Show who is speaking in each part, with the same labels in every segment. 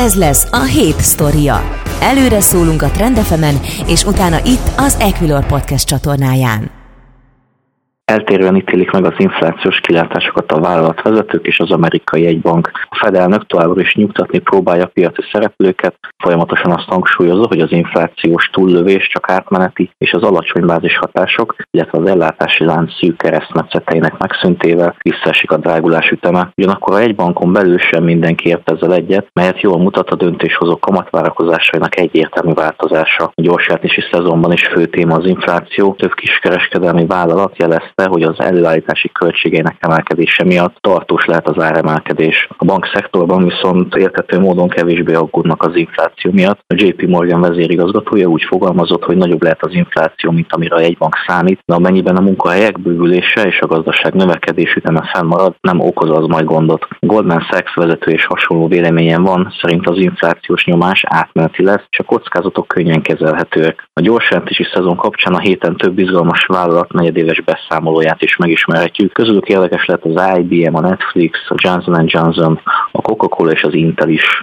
Speaker 1: Ez lesz a hét sztoria. Előre szólunk a Trend FM-en, és utána itt az Equilor Podcast csatornáján.
Speaker 2: Eltérően ítélik meg az inflációs kilátásokat a vállalatvezetők és az amerikai jegybank. A Fed elnök továbbra is nyugtatni próbálja a piaci szereplőket, folyamatosan azt hangsúlyozza, hogy az inflációs túllövés csak átmeneti, és az alacsony bázishatások, illetve az ellátási lánc szűk keresztmetszeteinek megszűntével visszaesik a drágulás üteme. Ugyanakkor a jegybankon belül sem mindenki ért ezzel egyet, melyet jól mutat a döntéshozók kamatvárakozásainak egyértelmű változása. A gyorsjelentési szezonban is fő téma az infláció. Több kiskereskedelmi vállalat jelezte, hogy az előállítási költségeinek emelkedése miatt tartós lehet az áremelkedés. A bankszektorban viszont érthető módon kevésbé aggódnak az infláció miatt. A JP Morgan vezérigazgatója úgy fogalmazott, hogy nagyobb lehet az infláció, mint amire a jegybank számít, de amennyiben a munkahelyek bővülése és a gazdaság növekedés üteme fennmarad, nem okoz az majd gondot. A Goldman Sachs vezető és hasonló véleményen van, szerint az inflációs nyomás átmeneti lesz, és a kockázatok könnyen kezelhetőek. A gyorsjelentési szezon kapcsán a héten több izgalmas vállalat negyedéves beszámolóját is megismerhetjük. Közülük érdekes lett az IBM, a Netflix, a Johnson & Johnson, a Coca-Cola és az Intel is.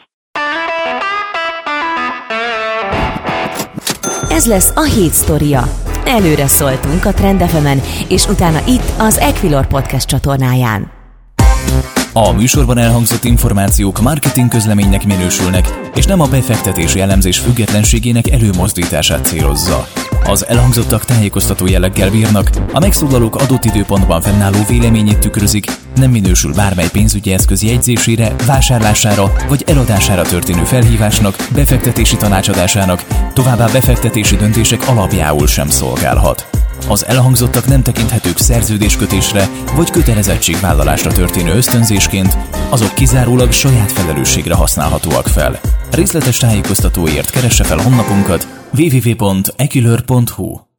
Speaker 1: Ez lesz a hét sztoria. Előre szóltunk a Trend FM-en, és utána itt az Equilor Podcast csatornáján.
Speaker 3: A műsorban elhangzott információk marketing közleménynek minősülnek, és nem a befektetési elemzés függetlenségének előmozdítását célozza. Az elhangzottak tájékoztató jelleggel bírnak, a megszólalók adott időpontban fennálló véleményét tükrözik, nem minősül bármely pénzügyi eszköz jegyzésére, vásárlására vagy eladására történő felhívásnak, befektetési tanácsadásának, továbbá befektetési döntések alapjául sem szolgálhat. Az elhangzottak nem tekinthetők szerződéskötésre vagy kötelezettségvállalásra történő ösztönzésként, azok kizárólag saját felelősségre használhatóak fel. Részletes tájékoztatóért keresse fel honlapunkat www.equilor.hu.